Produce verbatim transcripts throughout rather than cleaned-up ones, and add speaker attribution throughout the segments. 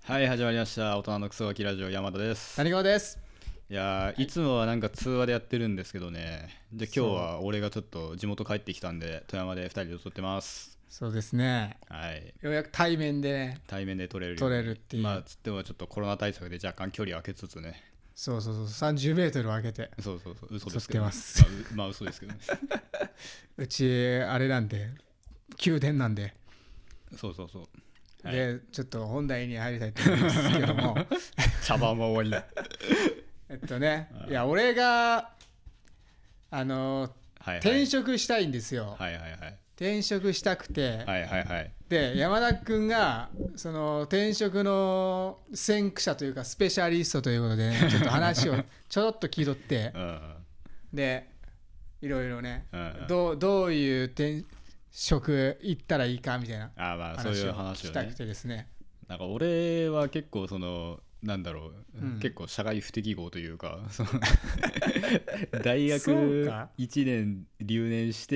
Speaker 1: はい、始まりました。大人のクソガキラジオ、山田です。
Speaker 2: 谷川です。
Speaker 1: いやー、いつもはなんか通話でやってるんですけどね。で、今日は俺がちょっと地元帰ってきたんで、富山でふたりで撮ってます。
Speaker 2: そうですね。
Speaker 1: はい。
Speaker 2: ようやく対面でね、
Speaker 1: 対面で撮れるよう
Speaker 2: 撮
Speaker 1: に
Speaker 2: れるっていう。
Speaker 1: まあ、つってもちょっとコロナ対策で若干距離を空けつつね。
Speaker 2: そうそうそう、さんじゅうメートルを空けて
Speaker 1: そうそうそう、嘘ですけど、
Speaker 2: 撮ってます。
Speaker 1: まあ、うまあ、嘘ですけどね。
Speaker 2: うちあれなんで、宮殿なんで。
Speaker 1: そうそうそう。はい、
Speaker 2: で、ちょっと本題に入りたいと思いますけども。
Speaker 1: 茶番も終わりだ。
Speaker 2: えっとね、いや、俺が、あの、はいはい、転職したいんですよ。
Speaker 1: はいはいはい。
Speaker 2: 転職したくて、
Speaker 1: はいはいはい、
Speaker 2: で山田君がその転職の先駆者というかスペシャリストということで、ね、ちょっと話をちょろっと聞いとってうん、でいろいろね、うん、どう、どういう転職行ったらいいかみたいな話をしたくてですね。
Speaker 1: なんか俺は結構そのなんだろう、うん、結構社会不適合というかその大学いちねん留年して、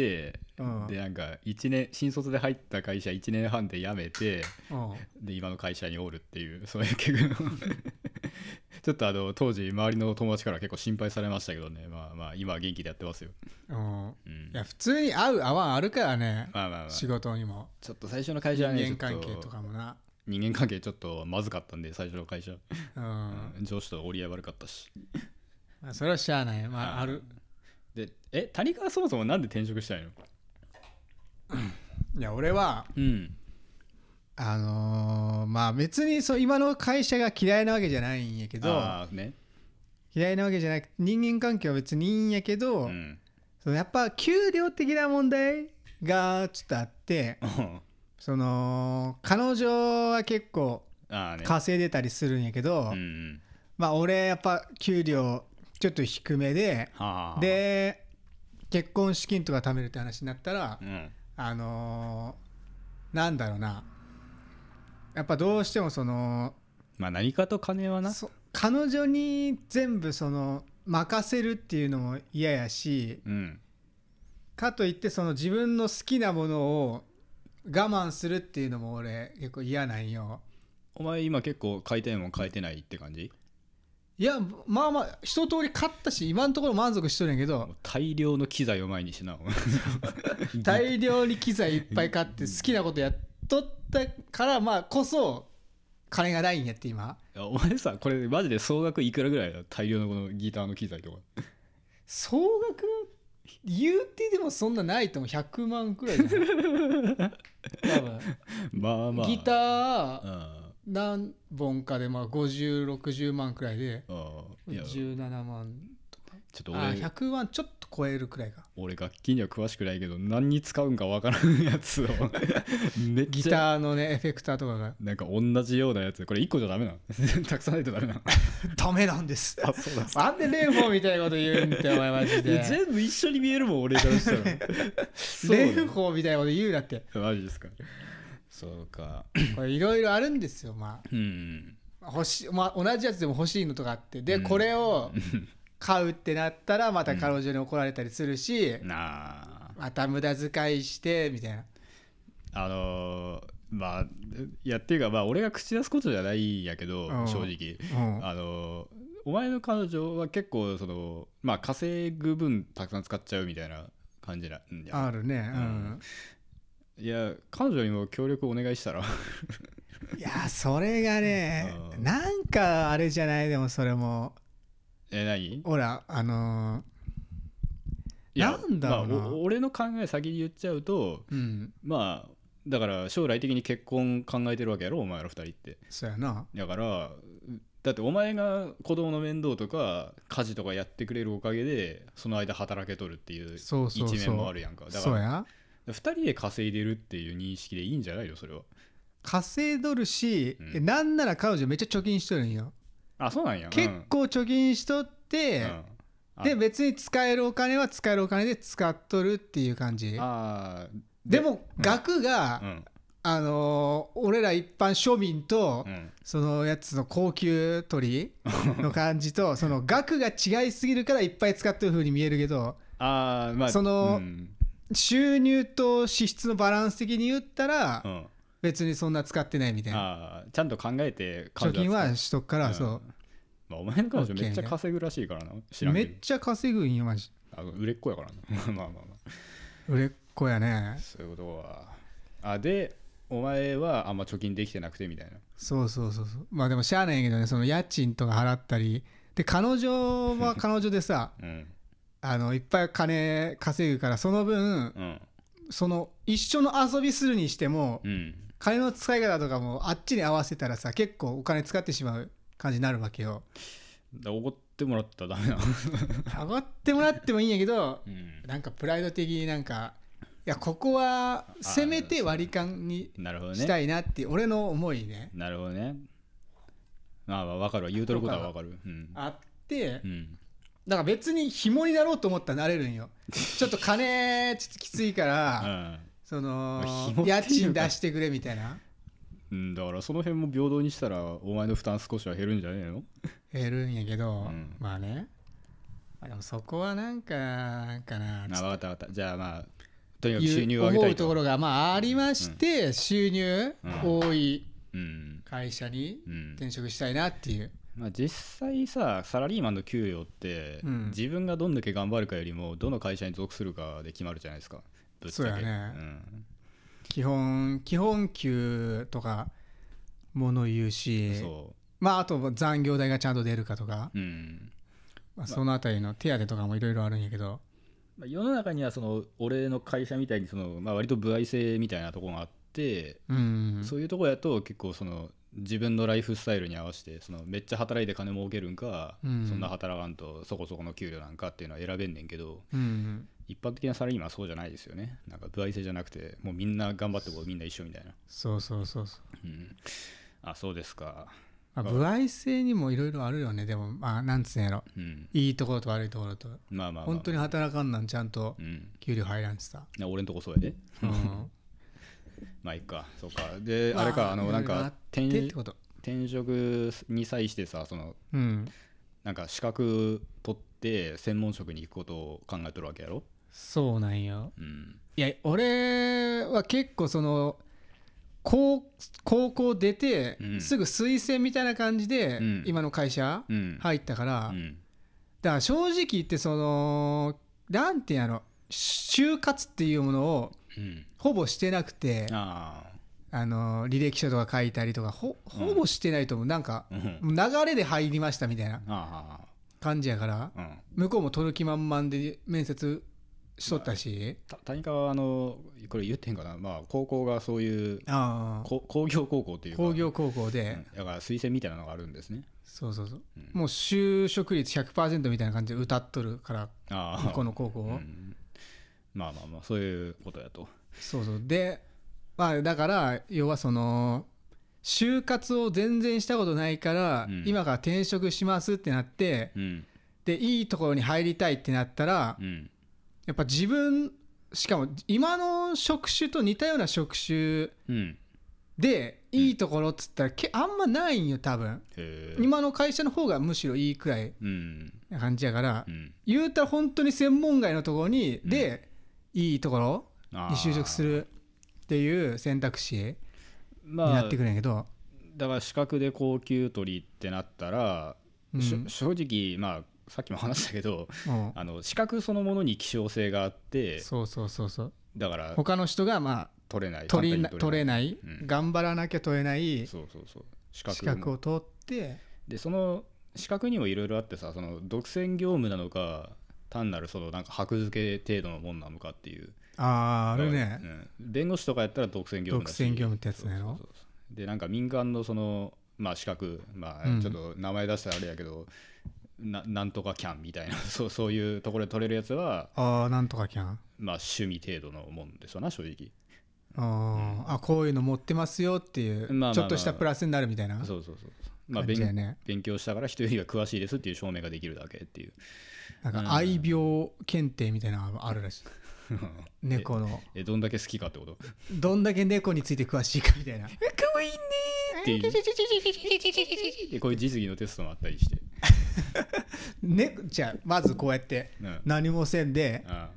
Speaker 1: うん、でなんかいちねん新卒で入った会社いちねんはんで辞めて、うん、で今の会社におるっていうそういう結構ちょっとあの当時周りの友達から結構心配されましたけどね。まあまあ今は元気でやってますよ。
Speaker 2: うん、いや普通に合う合わんあるからね、
Speaker 1: まあまあまあ、
Speaker 2: 仕事にも
Speaker 1: ちょっと最初の会社はね、
Speaker 2: 人間関係とかもな、
Speaker 1: 人間関係ちょっとまずかったんで最初の会社、
Speaker 2: うん、
Speaker 1: 上司と折り合い悪かったし、
Speaker 2: まあ、それはしゃあない、まあ、ある
Speaker 1: で。え谷川そもそもなんで転職したいの？
Speaker 2: いや俺は、
Speaker 1: うん、
Speaker 2: あのー、まあ別にそう今の会社が嫌いなわけじゃないんやけど、
Speaker 1: あ、ね、
Speaker 2: 嫌いなわけじゃなく人間関係は別にいいんやけど、うん、そのやっぱ給料的な問題がちょっとあってその彼女は結構稼いでたりするんやけど、ね、うん、まあ俺やっぱ給料ちょっと低めで、はあ、で結婚資金とか貯めるって話になったら、うん、あのー、なんだろうな、やっぱどうしてもその
Speaker 1: まあ何かと金はな、
Speaker 2: 彼女に全部その任せるっていうのも嫌やし、うん、かといってその自分の好きなものを我慢するっていうのも俺結構嫌なんよ。
Speaker 1: お前今結構買いたいもん買えてないって感じ？
Speaker 2: いやまあまあ一通り買ったし今のところ満足しとるんやけど、
Speaker 1: 大量の機材を前にしな
Speaker 2: 大量に機材いっぱい買って好きなことやっとったからまあこそ金がないんやって今。
Speaker 1: お前さこれマジで総額いくらぐらいだ？大量のこのギターの機材とか
Speaker 2: 総額言うてでもそんなないと思う。ひゃくまんくらいじゃない多分
Speaker 1: まあまあ
Speaker 2: ギター、うん、何本かでまあごじゅう、ろくじゅうまんくらいでじゅうななまんとか、ちょっと俺あひゃくまんちょっと超えるくらいか。
Speaker 1: 俺楽器には詳しくないけど何に使うんかわからんやつを
Speaker 2: めっちゃギターのねエフェクターとかが
Speaker 1: なんか同じようなやつ、これいっこじゃダメなのたくさんないとダメなの
Speaker 2: ダメなんです。
Speaker 1: あ、そうだ、
Speaker 2: なんでレンフォーみたいなこと言うんってお前マジで
Speaker 1: 全部一緒に見えるもん俺からしたら
Speaker 2: レンフォーみたいなこと言うなって。
Speaker 1: マジですか。そうか
Speaker 2: これいろいろあるんですよ。まあ、うん、欲しい、まあ、同じやつでも欲しいのとかあってで、うん、これを買うってなったらまた彼女に怒られたりするし、うん、なまた無駄遣いしてみたいな。
Speaker 1: あのー、まあいやっていうかまあ俺が口出すことじゃないんやけど、うん、正直、うん、あのー、お前の彼女は結構そのまあ稼ぐ分たくさん使っちゃうみたいな感じなんや。
Speaker 2: あるね、うん、
Speaker 1: いや彼女にも協力お願いしたら
Speaker 2: いやそれがね、うん、なんかあれじゃない。でもそれも
Speaker 1: え何
Speaker 2: ほらあのー、なんだろうな、
Speaker 1: まあ、俺の考え先に言っちゃうと、うん、まあだから将来的に結婚考えてるわけやろお前らふたりって。
Speaker 2: そうやな。
Speaker 1: だからだってお前が子供の面倒とか家事とかやってくれるおかげでその間働けとるっていう一面もあるやんか。
Speaker 2: そうそうそう、だから
Speaker 1: ふたりで稼いでるっていう認識でいいんじゃないよそれは。
Speaker 2: 稼いどるし、うん、なんなら彼女めっちゃ貯金しとるんよ。
Speaker 1: あ、そうなんや。
Speaker 2: 結構貯金しとって、うん、で別に使えるお金は使えるお金で使っとるっていう感じ。あで, でも額が、うん、あのー、俺ら一般庶民と、うん、そのやつの高級鳥の感じとその額が違いすぎるからいっぱい使ってる風に見えるけど、あ、まあ、その、うん、収入と支出のバランス的に言ったら、うん、 別にそんな使ってないみたいな。
Speaker 1: あちゃんと考えて
Speaker 2: 貯金はしとくから、うん、そう、
Speaker 1: まあ、お前の彼女めっちゃ稼ぐらしいからな、知らんけど。
Speaker 2: めっちゃ稼ぐんよマジ。
Speaker 1: あ売れっ子やからなまあまあまあ
Speaker 2: 売れっ子やね。
Speaker 1: そういうことはあでお前はあんま貯金できてなくてみたいな。
Speaker 2: そうそうそうそう。まあでもしゃあないんやけどね、その家賃とか払ったりで、彼女は彼女でさ、うん、あのいっぱい金稼ぐから、その分、うん、その一緒の遊びするにしても、うん、金の使い方とかもあっちに合わせたらさ、結構お金使ってしまう感じになるわけよ。
Speaker 1: だおごってもらったらダメな
Speaker 2: おごってもらってもいいんやけど、うん、なんかプライド的になんかいやここはせめて割り勘にしたいなって俺の思いね。
Speaker 1: なるほどね。まあ分かるわ、言うとることは分かる、うん、
Speaker 2: あって、うん、だから別に紐になろうと思ったらなれるんよちょっと金ちょっときついから、うん、その家賃出してくれみたいな、
Speaker 1: うん、だからその辺も平等にしたらお前の負担少しは減るんじゃねえの。
Speaker 2: 減るんやけど、うん、まあね、まあ、でもそこはなんかなんかな。
Speaker 1: あ分かった分かった。じゃあまあとにかく収入を上げたいと
Speaker 2: 思うところがまあありまして、うん、収入多い会社に転職したいなっていう、
Speaker 1: まあ、実際さサラリーマンの給与って、うん、自分がどんだけ頑張るかよりもどの会社に属するかで決まるじゃないですか。ぶっちゃけ
Speaker 2: そうやね、うん、基本基本給とかもの言うし、そうまああと残業代がちゃんと出るかとか、うんまあ、そのあたりの手当とかもいろいろあるんやけど、
Speaker 1: 世の中にはその俺の会社みたいにその、まあ、割と歩合制みたいなところがあって、うん、そういうところやと結構その自分のライフスタイルに合わせてそのめっちゃ働いて金儲けるんか、うん、そんな働かんとそこそこの給料なんかっていうのは選べんねんけど、うん、一般的なサラリーマンはそうじゃないですよね。なんか歩合制じゃなくてもうみんな頑張ってこうみんな一緒みたいな。
Speaker 2: そうそうそうそう、
Speaker 1: うん、あそうですか。
Speaker 2: まあ、歩合制にもいろいろあるよね。でもまあなんつうんやろ、うん、いいところと悪いところと、まあまあまあ、本当に働かんなんちゃんと給料入らんしさ、
Speaker 1: うん、俺んとこそうやで、うん、まあいいか。そうかで、まあ、あれかあのなんか転転職に際してさその、うん、なんか資格取って専門職に行くことを考えとるわけやろ。
Speaker 2: そうなんよ、うん、いや俺は結構その高, 高校出て、うん、すぐ推薦みたいな感じで、うん、今の会社入ったから、うん、だから正直言ってそのなんていうの就活っていうものを、うん、ほぼしてなくて、ああの履歴書とか書いたりとか ほ, ほぼしてないと思う。なんか、うん、流れで入りましたみたいな感じやから、うん、向こうも取る気満々で面接しとったし、
Speaker 1: まあ、谷川はあのこれ言ってんかな、まあ、高校がそういう工業高校っていうか
Speaker 2: 工業高校で、
Speaker 1: うん、だから推薦みたいなのがあるんですね。
Speaker 2: そうそうそう、うん、もう就職率 ひゃくパーセント みたいな感じで歌っとるから向こうの高校を、うん、
Speaker 1: まあまあまあそういうことやと。
Speaker 2: そうそうで、まあ、だから要はその就活を全然したことないから、うん、今から転職しますってなって、うん、でいいところに入りたいってなったら、うんやっぱ自分しかも今の職種と似たような職種でいいところっつったらけあんまないんよ多分。今の会社の方がむしろいいくらいな感じやから、うん、言うたら本当に専門外のところにでいいところに就職するっていう選択肢になってくるんやけど、まあ、
Speaker 1: だから資格で高級取りってなったら、うん、正直まあさっきも話したけど、うん、あの資格そのものに希少性があって、
Speaker 2: そうそうそうそう、
Speaker 1: だから
Speaker 2: 他の人がまあ
Speaker 1: 取れない
Speaker 2: 取りな取れない、うん、頑張らなきゃ取れない、
Speaker 1: そうそうそう
Speaker 2: 資格、資格を取って
Speaker 1: でその資格にもいろいろあってさ、その独占業務なのか単なるそのなんか箔付け程度のもんなのかっていう。
Speaker 2: あああるね、
Speaker 1: うん、弁護士とかやったら独占業務だし、
Speaker 2: 独占業務ってやつなの。そうそう
Speaker 1: そうでなんか民間のそのまあ資格、まあちょっと名前出したらあれやけど、うんな, なんとかキャンみたいなそう、そういうところで取れるやつは
Speaker 2: ああなんとかキャン
Speaker 1: まあ趣味程度のもんですよな正直。
Speaker 2: あ、うん、あこういうの持ってますよっていう、まあまあまあ、ちょっとしたプラスになるみたいな。
Speaker 1: そうそうそう、まあ 勉, 勉強したから人よりは詳しいですっていう証明ができるだけっていう、
Speaker 2: なんか愛病検定みたいなのがあるらしい猫の
Speaker 1: ええどんだけ好きかってこと、
Speaker 2: どんだけ猫について詳しいかみたいなか
Speaker 1: わいいねっていうでこういう実技のテストもあったりして
Speaker 2: ね、じゃあまずこうやって何もせんで、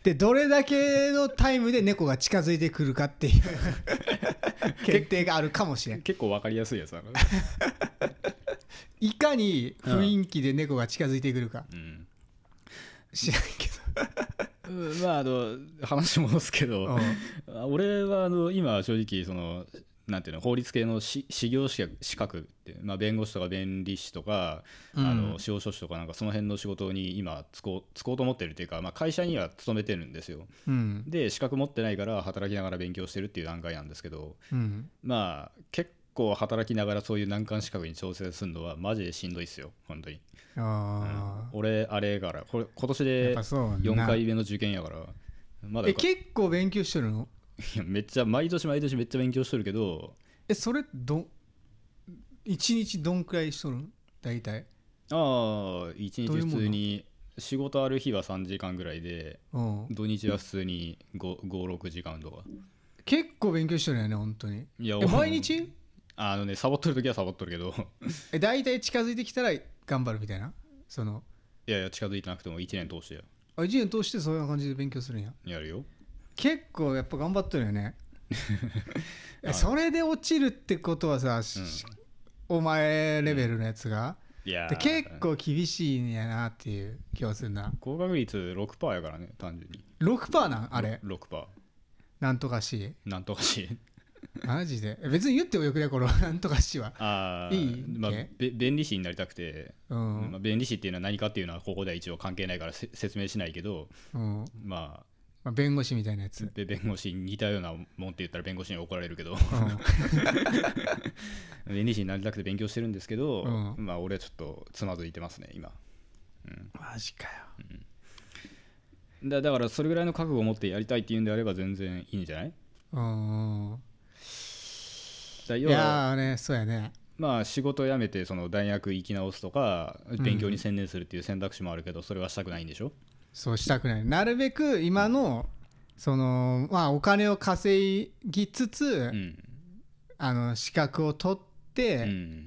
Speaker 2: でどれだけのタイムで猫が近づいてくるかっていう決定があるかもしれん。
Speaker 1: 結構わかりやすいやつだから
Speaker 2: いかに雰囲気で猫が近づいてくるか、
Speaker 1: うん、
Speaker 2: 知らんけ
Speaker 1: どまああの話戻すけど俺はあの今正直そのなんていうの法律系のし修行資格資格って、まあ、弁護士とか弁理士とか、うん、あの司法書士とかなんかその辺の仕事に今就こう、就こうと思ってるっていうか、まあ、会社には勤めてるんですよ、うん、で資格持ってないから働きながら勉強してるっていう段階なんですけど、うん、まあ結構働きながらそういう難関資格に挑戦するのはマジでしんどいっすよ本当に。あ、うん、俺あれからこれ今年でよんかいめの受験やから
Speaker 2: まだえ結構勉強してるの？
Speaker 1: いやめっちゃ毎年毎年めっちゃ勉強しとるけど
Speaker 2: えそれどいちにちどんくらいしとるの大体？
Speaker 1: ああいちにち普通に仕事ある日はさんじかんぐらいで、うん、土日は普通にご、ろくじかんとか。
Speaker 2: 結構勉強してるよね本当に。いやえ毎日？
Speaker 1: あのねサボっとる時はサボっとるけど
Speaker 2: え大体近づいてきたら頑張るみたいなその
Speaker 1: いやいや近づいてなくてもいちねん通してや。
Speaker 2: あいちねん通してそういう感じで勉強するんや。
Speaker 1: やるよ。
Speaker 2: 結構やっぱ頑張ってるよねそれで落ちるってことはさ、うん、お前レベルのやつが、うん、いやで結構厳しいんやなっていう気がするな。
Speaker 1: 合格率 ろくパーセント やからね単純に。
Speaker 2: ろくパーセント なんあれ
Speaker 1: ろくパーセント
Speaker 2: なんとかし
Speaker 1: なんとかし
Speaker 2: マジで別に言ってもよくねこのなんとかしは。
Speaker 1: あいい、まあ、弁理士になりたくて、うんまあ、弁理士っていうのは何かっていうのはここでは一応関係ないから説明しないけど、うん、まあ
Speaker 2: まあ、弁護士みたいなやつ
Speaker 1: で弁護士に似たようなもんって言ったら弁護士に怒られるけど、うん、弁理士になりたくて勉強してるんですけど、うん、まあ俺はちょっとつまずいてますね今、
Speaker 2: うん、マジかよ、
Speaker 1: うん、だ, だからそれぐらいの覚悟を持ってやりたいっていうんであれば全然いいんじゃない？うんだ要はい
Speaker 2: やねそうやね。
Speaker 1: まあ仕事を辞めてその大学行き直すとか勉強に専念するっていう選択肢もあるけど、それはしたくないんでしょ？
Speaker 2: そうしたくない。なるべく今のそのまあお金を稼ぎつつ、うん、あの資格を取って、うん、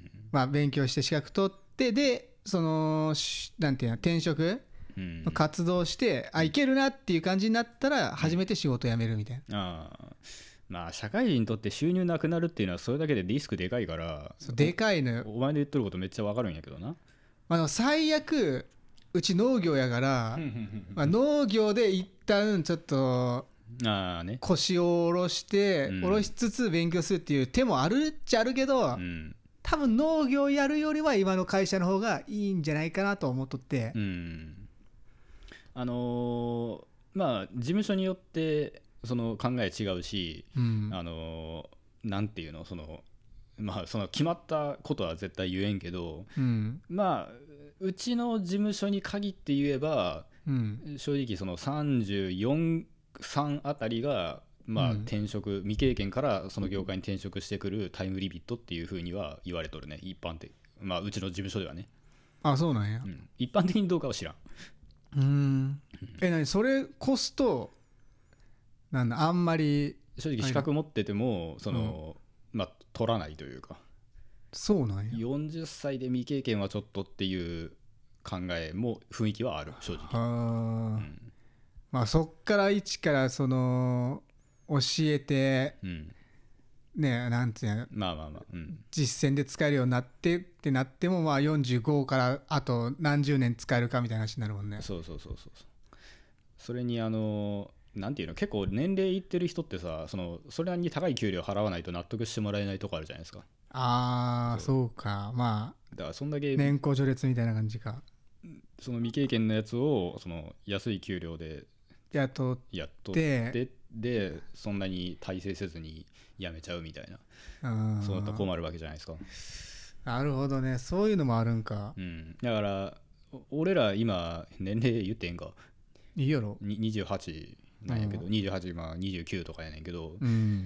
Speaker 2: まあ勉強して資格取ってでそのなんていうの転職の活動して、うん、あいけるなっていう感じになったら初めて仕事を辞めるみたいな、うん、
Speaker 1: あまあ社会人にとって収入なくなるっていうのはそれだけでリスクでかいから
Speaker 2: でかいのよ。
Speaker 1: お前の言っとることめっちゃわかるんやけどな。
Speaker 2: あの最悪うち農業やからまあ農業で一旦ちょっと腰を下ろして下ろしつつ勉強するっていう手もあるっちゃあるけど、多分農業やるよりは今の会社の方がいいんじゃないかなと思っとって、うん、
Speaker 1: あのー、まあ事務所によってその考え違うし、うん、あのー、なんていうのそのまあその決まったことは絶対言えんけど、うん、まあうちの事務所に限って言えば、うん、正直そのさんじゅうよん、さんあたりがまあ転職、うん、未経験からその業界に転職してくるタイムリミットっていうふうには言われとるね一般的、まあうちの事務所ではね。
Speaker 2: あそうなんや、
Speaker 1: うん、一般的にどうかは知らん。
Speaker 2: うーんえ何それコストなんだあんまり
Speaker 1: 正直資格持っててもその、うん、まあ取らないというか。
Speaker 2: そうなんや。
Speaker 1: よんじゅっさいで未経験はちょっとっていう考えも雰囲気はある正直。あ、
Speaker 2: うん、まあそっから一からその教えて、うん、ねなんていうの
Speaker 1: まあまあまあ、うん、
Speaker 2: 実践で使えるようになってってなってもまあよんじゅうごからあと何十年使えるかみたいな話になるもんね。
Speaker 1: そうそうそうそう。それにあのなんていうの結構年齢いってる人ってさそのそれなりに高い給料払わないと納得してもらえないとこあるじゃないですか。
Speaker 2: ああ そ, そうかまあ
Speaker 1: だからそんだけ
Speaker 2: 年功序列みたいな感じか。
Speaker 1: その未経験のやつをその安い給料で
Speaker 2: 雇って
Speaker 1: 雇ってでそんなに大成せずに辞めちゃうみたいな、そうだったら困るわけじゃないですか。
Speaker 2: なるほどねそういうのもあるんか、
Speaker 1: うん、だから俺ら今年齢言ってんか
Speaker 2: いいやろ
Speaker 1: にじゅうはちなんやけど、うん、にじゅうはち、まあ、にじゅうきゅうとかやねんけど、うん、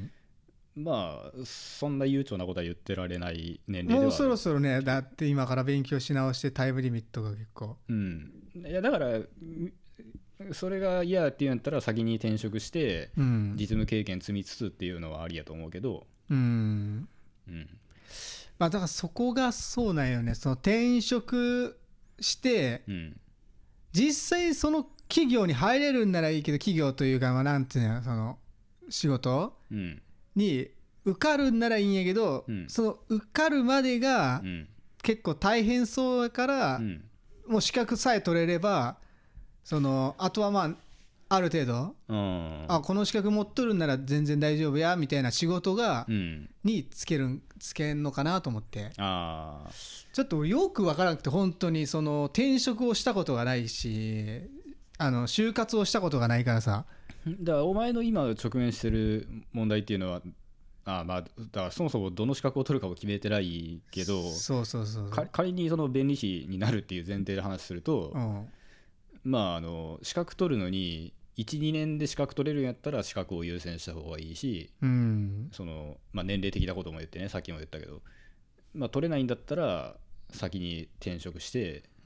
Speaker 1: まあそんな悠長なことは言ってられない年齢ではある。
Speaker 2: もうそろそろねだって今から勉強し直してタイムリミットが結構、
Speaker 1: うん、いやだからそれが嫌って言うんだったら先に転職して、うん、実務経験積みつつっていうのはありやと思うけど、うん、
Speaker 2: うん、まあだからそこがそうなんよね。その転職して、うん、実際その企業に入れるんならいいけど、企業というかまあなんていうの、その仕事に受かるんならいいんやけど、うん、その受かるまでが結構大変そうだから、うん、もう資格さえ取れればそのあとはまあある程度、うん、あこの資格持っとるんなら全然大丈夫やみたいな仕事が、うん、につけるつけんのかなと思って、あちょっとよく分からなくて、本当にその転職をしたことがないし、あの就活をしたことがないからさ。
Speaker 1: だからお前の今直面してる問題っていうのは、あまあだからそもそもどの資格を取るかも決めてないけど、
Speaker 2: そうそうそうそう、
Speaker 1: 仮にその弁理士になるっていう前提で話すると、うん、まああの資格取るのにいちにねんで資格取れるんやったら資格を優先した方がいいし、うん、そのまあ、年齢的なことも言ってね、さっきも言ったけど、まあ、取れないんだったら先に転職して、うん、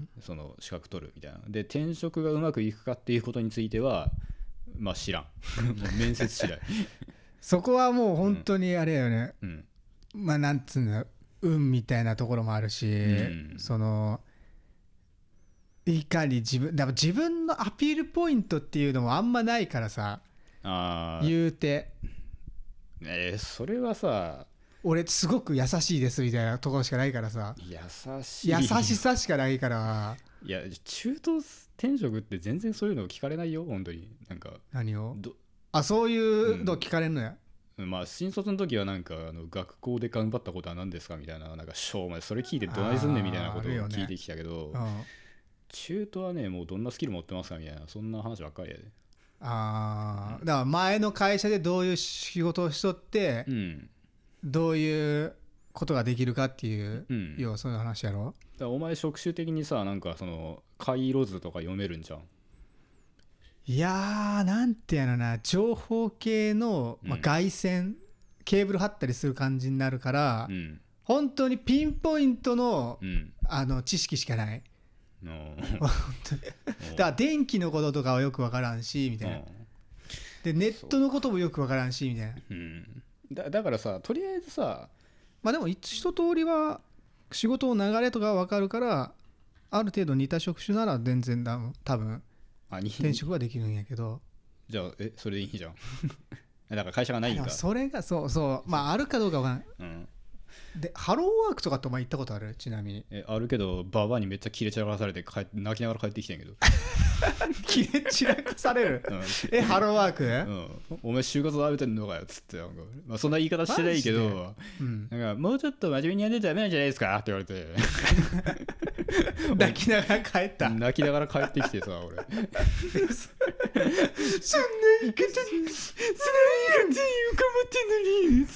Speaker 1: その資格取るみたいな。で転職がうまくいくかっていうことについてはまあ知らんもう面接次第
Speaker 2: そこはもう本当にあれよね、うんうん、まあなんつうの運みたいなところもあるし、うん、そのいかに自分だから自分のアピールポイントっていうのもあんまないからさ、あ言うて
Speaker 1: えー、それはさ
Speaker 2: 俺すごく優しいですみたいなところしかないからさ、
Speaker 1: 優しい
Speaker 2: 優しさしかないから。
Speaker 1: いや中東転職って全然そういうの聞かれないよ本当に。なんか
Speaker 2: 何をあそういうの聞かれんのや、
Speaker 1: うん、まあ新卒の時はなんかあの学校で頑張ったことは何ですかみたいな、なんかしょうもないそれ聞いてどないすんねんみたいなことを聞いてきたけど、ね、中途はねもうどんなスキル持ってますかみたいなそんな話ばっかりやで。
Speaker 2: ああ、うん、だから前の会社でどういう仕事をしとって、うん、どういうことができるかっていう、うん、要はそういう話やろ。だか
Speaker 1: らお前職種的にさなんかその回路図とか読めるんじゃん。
Speaker 2: いやーなんてやろな、情報系の、まあ、外線、うん、ケーブル張ったりする感じになるから、うん、本当にピンポイントの、うん、あの知識しかないだから電気のこととかはよく分からんしみたいな、でネットのこともよく分からんしみたいな、うん、
Speaker 1: だ, だからさとりあえずさ
Speaker 2: まあでも一通りは仕事の流れとか分かるから、ある程度似た職種なら全然だ多分転職はできるんやけど。
Speaker 1: じゃあえそれでいいじゃんだから会社がないんか。
Speaker 2: それがそうそうまああるかどうかは、うん、でハローワークとかってお前行ったことある？ちなみに。
Speaker 1: えあるけどババアにめっちゃキレ散らかされて帰泣きながら帰ってきてんけど
Speaker 2: キレ散らかされる、うん、えハローワーク、うん、
Speaker 1: お前就活食べてんのかよっつってなんか、まあ、そんな言い方してないけど、うん、なんかもうちょっと真面目にやんないとダメなんじゃないですかって言われて
Speaker 2: 泣きながら帰った
Speaker 1: 泣きながら帰ってきてさ俺そんな言い方そんな言い方全然浮かまってんのにっつ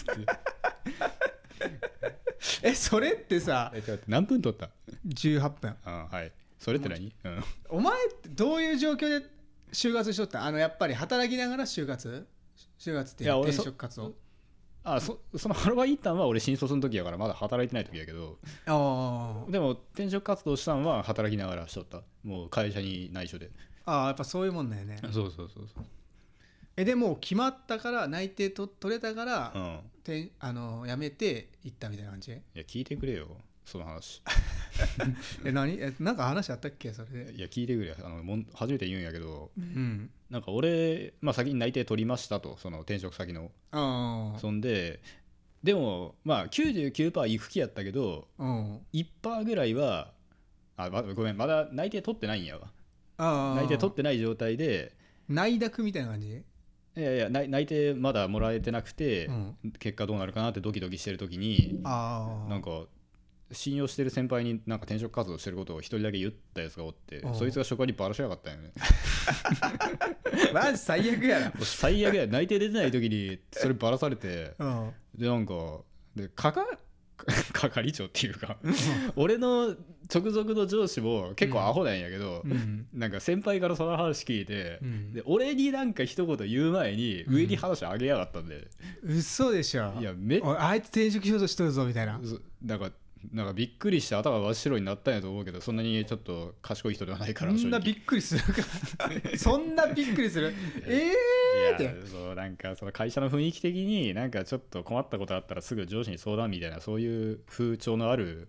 Speaker 1: って
Speaker 2: えそれってさ
Speaker 1: え何分取った？
Speaker 2: じゅうはっぷん。
Speaker 1: あはいそれって何？うん、
Speaker 2: お前ってどういう状況で就活しとった？あのやっぱり働きながら就活就活っていう転職活動。
Speaker 1: あ そ, そのハロワインターンは俺新卒の時やからまだ働いてない時やけど、あでも転職活動したのは働きながらしとった。もう会社に内緒で。
Speaker 2: ああやっぱそういうもんだよね。
Speaker 1: そうそうそうそう。
Speaker 2: えでも決まったから内定と取れたから、うん、てあの辞めて行ったみたいな感じ？い
Speaker 1: や聞いてくれよその話
Speaker 2: え何えなんか話あったっけそれで。
Speaker 1: いや聞いてくれあのもん初めて言うんやけど、うん、なんか俺、まあ、先に内定取りましたとその転職先の。あそんででもまあ きゅうじゅうきゅうパーセント 行く気やったけど いちパーセント ぐらいはあ、ま、ごめんまだ内定取ってないんやわ。あ内定取ってない状態で
Speaker 2: 内諾みたいな感じ？
Speaker 1: いやいや内定まだもらえてなくて、うん、結果どうなるかなってドキドキしてる時にあなんか信用してる先輩になんか転職活動してることを一人だけ言ったやつがおってそいつが職場にバラしやがったんよね
Speaker 2: マジ最悪やな
Speaker 1: 最悪や内定出てない時にそれバラされてでなんかでかか係長っていうか俺の直属の上司も結構アホなんやけど、うん、なんか先輩からその話聞いて、うん、で俺になんか一言言う前に上に話上げやがったんで、
Speaker 2: うん、嘘でしょ。いやめあいつ転職しようとしとるぞみたいな。
Speaker 1: なんかなんかびっくりして頭が真っ白になったんやと思うけどそんなにちょっと賢い人ではないから
Speaker 2: そんなびっくりするかそんなびっくりするええーって
Speaker 1: そうなんかその会社の雰囲気的になんかちょっと困ったことあったらすぐ上司に相談みたいなそういう風潮のある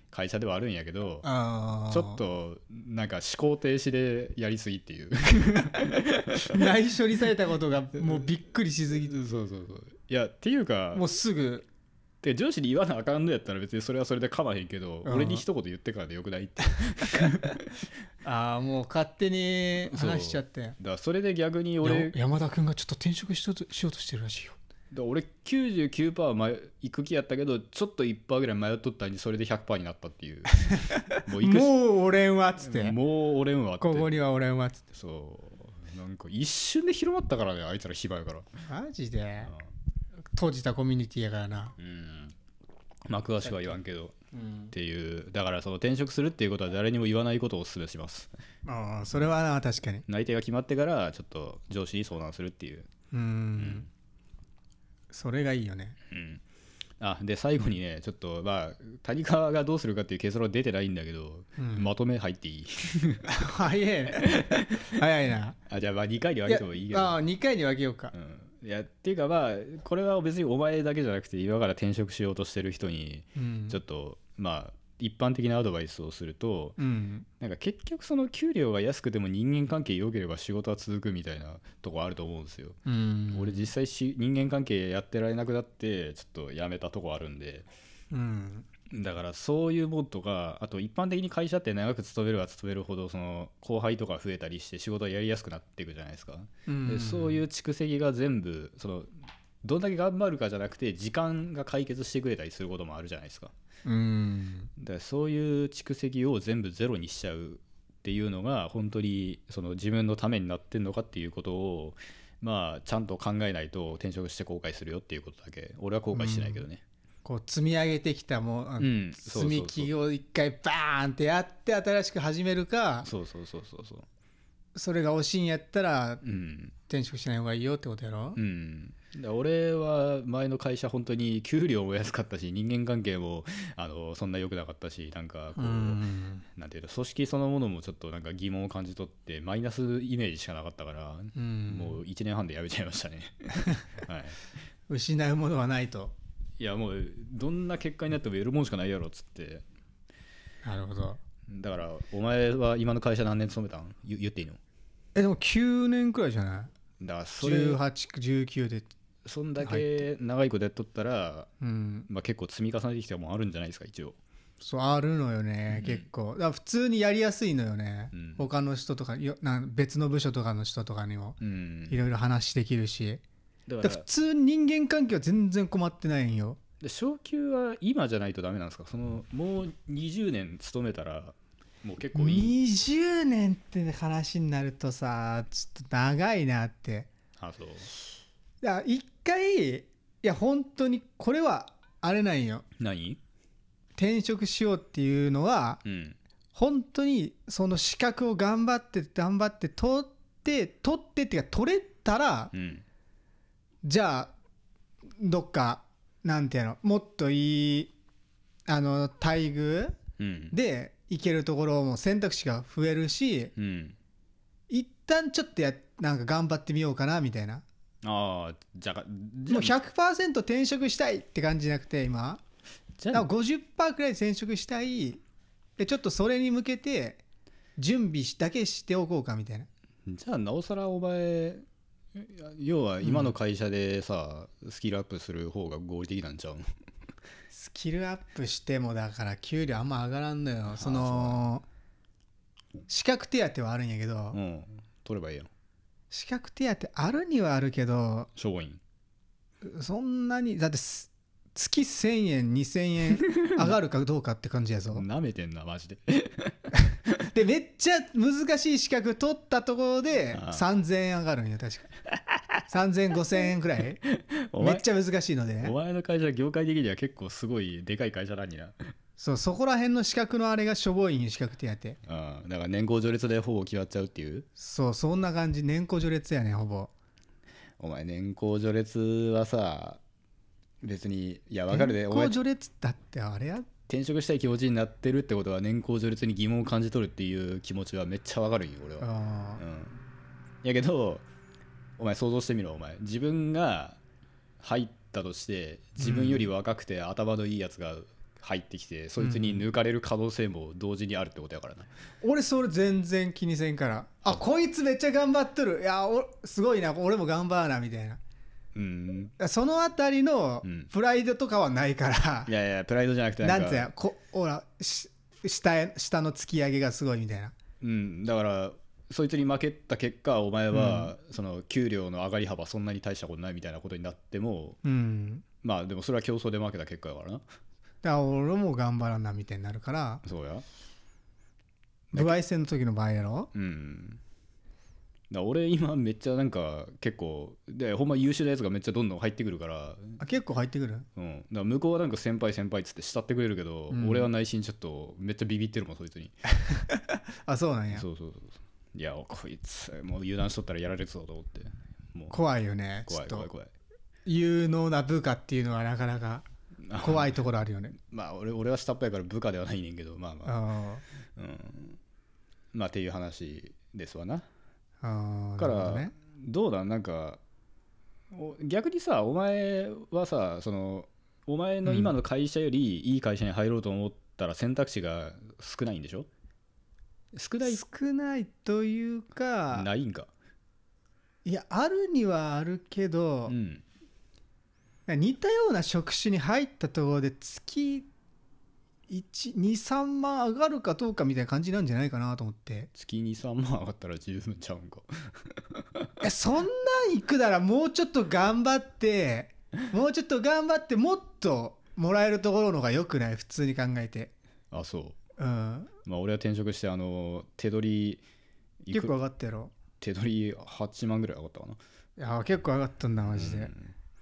Speaker 1: 会社ではあるんやけど、
Speaker 2: あ
Speaker 1: ちょっとなんか思考停止でやりすぎっていう
Speaker 2: 内処理されたことがもうびっくりしすぎて
Speaker 1: そうそうそういやっていうか
Speaker 2: もうすぐ
Speaker 1: で上司に言わなあかんのやったら別にそれはそれで構わへんけど、俺に一言言ってからでよくないって
Speaker 2: ああもう勝手に話しちゃってだか
Speaker 1: らそれで逆に俺
Speaker 2: 山田君がちょっと転職しようとしようとしてるらしいよ。
Speaker 1: だ俺 きゅうじゅうきゅうパーセント 前行く気やったけどちょっと いちパーセント ぐらい迷っとったのにそれで ひゃくパーセント になったっていう
Speaker 2: もう行くもう俺んわっつって
Speaker 1: もう俺んわって
Speaker 2: ここには俺んわっつって
Speaker 1: そうなんか一瞬で広まったからねあいつら暇やから
Speaker 2: マジで閉じたコミュニティやからな。
Speaker 1: うんまあ詳しくは言わんけど、
Speaker 2: うん、
Speaker 1: っていうだからその転職するっていうことは誰にも言わないことをお勧めします。
Speaker 2: ああそれはな確かに
Speaker 1: 内定が決まってからちょっと上司に相談するっていう
Speaker 2: うん、うん、それがいいよね。
Speaker 1: うんあで最後にねちょっとまあ谷川がどうするかっていう結論出てないんだけど、うん、まとめ入っていい
Speaker 2: 早いね早いな
Speaker 1: あじゃあまあにかいに分けてもいいけど
Speaker 2: あにかいに分けようか、
Speaker 1: うんいやっていうかまあこれは別にお前だけじゃなくて今から転職しようとしてる人にちょっと、うん、まあ一般的なアドバイスをすると、うん、なんか結局その給料が安くても人間関係良ければ仕事は続くみたいなとこあると思うんですよ、うん、俺実際し人間関係やってられなくなってちょっと辞めたとこあるんで、うん、だからそういうもんとかあと一般的に会社って長く勤めるは勤めるほどその後輩とか増えたりして仕事がやりやすくなっていくじゃないですか、うん、でそういう蓄積が全部そのどんだけ頑張るかじゃなくて時間が解決してくれたりすることもあるじゃないですか、うん、だからそういう蓄積を全部ゼロにしちゃうっていうのが本当にその自分のためになってんのかっていうことをまあちゃんと考えないと転職して後悔するよっていうことだけ俺は後悔しないけどね、うん
Speaker 2: こう積み上げてきたもう、うん、積み木を一回バーンってやって新しく始めるか
Speaker 1: そうそうそうそうそう
Speaker 2: それが惜しいんやったら、うん、転職しない方がいいよってことやろ、
Speaker 1: うん、だ俺は前の会社本当に給料も安かったし人間関係もあのそんな良くなかったしなんかこう、うん、なんていうの組織そのものもちょっとなんか疑問を感じ取ってマイナスイメージしかなかったから、うん、もういちねんはんで辞めちゃいましたね、はい、
Speaker 2: 失うものはないと
Speaker 1: いやもうどんな結果になっても得るもんしかないやろっつって
Speaker 2: なるほど
Speaker 1: だからお前は今の会社何年勤めたん言っていいの
Speaker 2: えでもきゅうねんくらいじゃない
Speaker 1: だからそれ
Speaker 2: じゅうはち、じゅうきゅうで
Speaker 1: そんだけ長いことやっとったら、うんまあ、結構積み重ねてきたもんあるんじゃないですか一応
Speaker 2: そうあるのよね、うん、結構だから普通にやりやすいのよね、うん、他の人とかよな別の部署とかの人とかにもいろいろ話できるしだから普通人間関係は全然困ってないんよ
Speaker 1: で昇給は今じゃないとダメなんですかそのもうにじゅうねん勤めたらもう結構いい
Speaker 2: にじゅうねんって話になるとさちょっと長いなって
Speaker 1: あそう
Speaker 2: だから一回いや本当にこれはあれなんよ
Speaker 1: 何
Speaker 2: 転職しようっていうのは、うん、本当にその資格を頑張って頑張って取って取ってっていうか取れたら、うんじゃあどっかなんていうのもっといいあの待遇で行けるところも選択肢が増えるし、うん、一旦ちょっとやなんか頑張ってみようかなみたいな
Speaker 1: あじゃあ
Speaker 2: もう ひゃくパーセント 転職したいって感じじゃなくて今じゃあ ごじゅっパーセント くらい転職したいでちょっとそれに向けて準備だけしておこうかみたいな
Speaker 1: じゃあなおさらお前要は今の会社でさ、うん、スキルアップする方が合理的なんちゃうの
Speaker 2: スキルアップしてもだから給料あんま上がらんのよその資格手当はあるんやけど、うん、
Speaker 1: 取ればいいやん
Speaker 2: 資格手当あるにはあるけど
Speaker 1: 消防員
Speaker 2: そんなにだって月せんえんにせんえん上がるかどうかって感じやぞ
Speaker 1: なめてんなマジで
Speaker 2: でめっちゃ難しい資格取ったところでさんぜんえん上がるんよ確かさんぜんごせんえんくらいめっちゃ難しいので
Speaker 1: お前の会社業界的には結構すごいでかい会社なんや
Speaker 2: そうそこら辺の資格のあれが処方員資格手当
Speaker 1: ああだから年功序列でほぼ決まっちゃうっていう
Speaker 2: そうそんな感じ年功序列やねほぼ
Speaker 1: お前年功序列はさ別にいや分かるで
Speaker 2: 年功序列だってあれや
Speaker 1: 転職したい気持ちになってるってことは年功序列に疑問を感じ取るっていう気持ちはめっちゃ分かるんよ俺は、うん、やけどお前想像してみろお前自分が入ったとして自分より若くて頭のいいやつが入ってきてそいつに抜かれる可能性も同時にあるってことやからな、
Speaker 2: うん、俺それ全然気にせんから、あこいつめっちゃ頑張っとる、いやおすごいな俺も頑張らなみたいな、うん、そのあたりのプライドとかはないから、
Speaker 1: うん、いやいやプライドじゃなくてなんか
Speaker 2: なんつうやこほら下へ下の突き上げがすごいみたいな、
Speaker 1: うん、だからそいつに負けた結果お前はその給料の上がり幅そんなに大したことないみたいなことになっても、うん、まあでもそれは競争で負けた結果だからな。だか
Speaker 2: ら俺も頑張らなみたいになるから。
Speaker 1: そうや
Speaker 2: 歩合戦の時の場合やろ。
Speaker 1: うん。だ俺今めっちゃなんか結構でほんま優秀なやつがめっちゃどんどん入ってくるから。
Speaker 2: あ結構入ってくる。
Speaker 1: うん。だから向こうはなんか先輩先輩っつって慕ってくれるけど、うん、俺は内心ちょっとめっちゃビビってるもんそいつに。
Speaker 2: あそうなんや。
Speaker 1: そうそうそう。いやこいつもう油断しとったらやられるぞと思って。もう
Speaker 2: 怖いよね。
Speaker 1: 怖い怖い怖い。
Speaker 2: 有能な部下っていうのはなかなか怖いところあるよね。
Speaker 1: まあ 俺, 俺は下っ端やから部下ではないねんけどまあまあ、うん、まあっていう話ですわな。あからど、ね、どうだなんか逆にさお前はさそのお前の今の会社よりいい会社に入ろうと思ったら選択肢が少ないんでしょ。少ない
Speaker 2: 少ないというか
Speaker 1: ないんか。
Speaker 2: いやあるにはあるけど、うん、似たような職種に入ったところで月いち、に、さんまん上がるかどうかみたいな感じなんじゃないかなと思って。
Speaker 1: 月に、さんまん上がったら十分ちゃうんか。
Speaker 2: いやそんなんいくならもうちょっと頑張ってもうちょっと頑張ってもっともらえるところの方が良くない普通に考えて。
Speaker 1: あそう、
Speaker 2: うん、
Speaker 1: まあ俺は転職してあの手取
Speaker 2: り結構上がったやろ。
Speaker 1: 手取りはちまんぐらい上がったかな。
Speaker 2: いや結構上がったんだマジで、うん、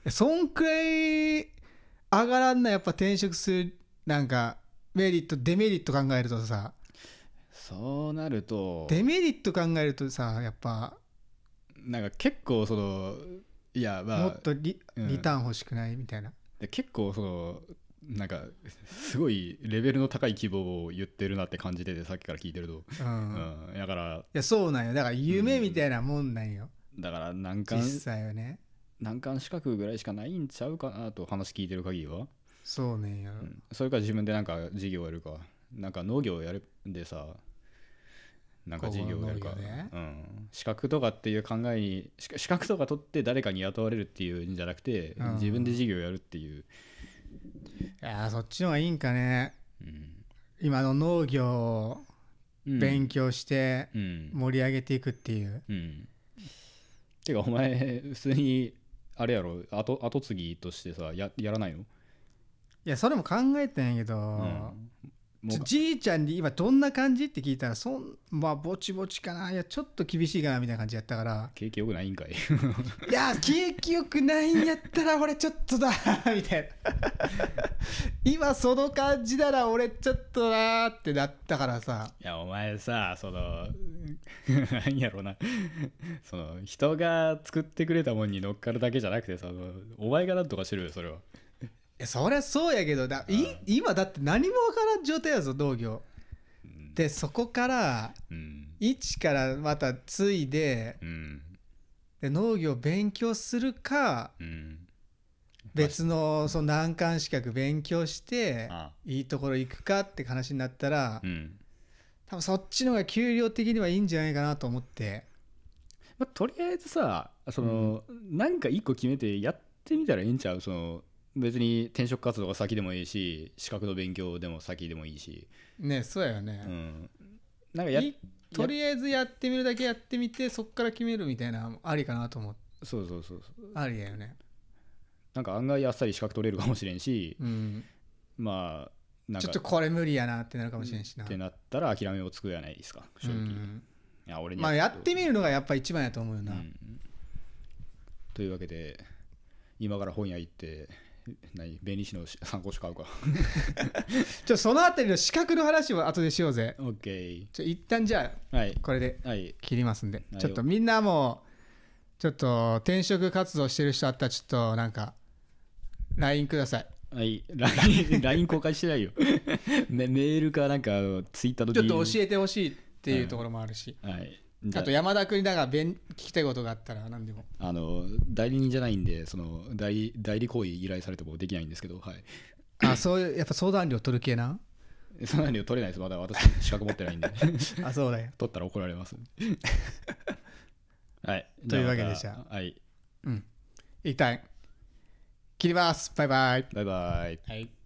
Speaker 2: そんくらい上がらんなやっぱ転職するなんかメリットデメリット考えるとさ。
Speaker 1: そうなると
Speaker 2: デメリット考えるとさやっぱ
Speaker 1: なんか結構そのいやまあ
Speaker 2: もっと リ,、うん、リターン欲しくないみたいな。
Speaker 1: 結構そのなんかすごいレベルの高い希望を言ってるなって感じててさっきから聞いてると、うんうん、だからい
Speaker 2: やそうなんよだから夢みたいなもんなんよ、
Speaker 1: うん、だから難関
Speaker 2: 実際はね
Speaker 1: 難関資格ぐらいしかないんちゃうかなと話聞いてる限りは。
Speaker 2: そうねよ、
Speaker 1: うん、それか自分でなんか事業やるかなんか農業やるんでさなんか事業やるか、ねうん、資格とかっていう考えに資格とか取って誰かに雇われるっていうんじゃなくて、うん、自分で事業やるっていう。
Speaker 2: いやそっちの方がいいんかね、うん、今の農業を勉強して盛り上げていくっていう、うんうん、
Speaker 1: てかお前普通にあれやろ 後, 後継ぎとしてさ や, やらないの。
Speaker 2: いやそれも考えてんやけど、うんじいちゃんに今どんな感じって聞いたらそんまあぼちぼちかないやちょっと厳しいかなみたいな感じやったから
Speaker 1: 景気よくないんかい
Speaker 2: いや景気よくないんやったら俺ちょっとだみたいな今その感じなら俺ちょっとなってなったからさ。
Speaker 1: いやお前さその何やろうなその人が作ってくれたもんに乗っかるだけじゃなくてさお前がなんとかしろよそれは。
Speaker 2: いやそりゃそうやけどだい今だって何もわからん状態やぞ農業、うん、でそこから一からまた継いで、うん、で農業勉強するか、うん、別のその難関資格勉強していいところ行くかって話になったら、うん、多分そっちの方が給料的にはいいんじゃないかなと思って、
Speaker 1: まあ、とりあえずさその、うん、なんか一個決めてやってみたらいいんちゃう。その別に転職活動が先でもいいし資格の勉強でも先でもいいし
Speaker 2: ね。そうやよね、うん、
Speaker 1: なんかや
Speaker 2: とりあえずやってみるだけやってみてそっから決めるみたいなありかなと思って。
Speaker 1: そうそうそうそう
Speaker 2: ありやよね。
Speaker 1: なんか案外あっさり資格取れるかもしれんし、うん、まあ
Speaker 2: なんかちょっとこれ無理やなってなるかもしれんしな、
Speaker 1: ってなったら諦めをつくやないですか正直、うん、
Speaker 2: いや俺にまあやってみるのがやっぱ一番やと思うよな、うん、
Speaker 1: というわけで今から本屋行って何弁理士の参考書買うか
Speaker 2: ちょそのあたりの資格の話を後でしようぜ。
Speaker 1: OK
Speaker 2: ちょ一旦じゃあ、はい、これで切りますんで、はい、ちょっとみんなもちょっと転職活動してる人あったらちょっとなんか ライン ください。
Speaker 1: はい ライン, ライン公開してないよメ, メールかなんかツイッターの
Speaker 2: ディーエム ちょっと教えてほしいっていうところもあるし、はい、はいあと山田君にだから聞きたいことがあったら何でも。
Speaker 1: あの代理人じゃないんでその代理、代理行為依頼されてもできないんですけど、はい
Speaker 2: あ、そういうやっぱ相談料取る系な。
Speaker 1: 相談料取れないです。まだ私資格持ってないんで
Speaker 2: あ、そうだよ。
Speaker 1: 取ったら怒られますはい
Speaker 2: というわけでじゃ
Speaker 1: あはい
Speaker 2: うん一旦切ります。バイバイ。
Speaker 1: バイバイ。
Speaker 2: はい。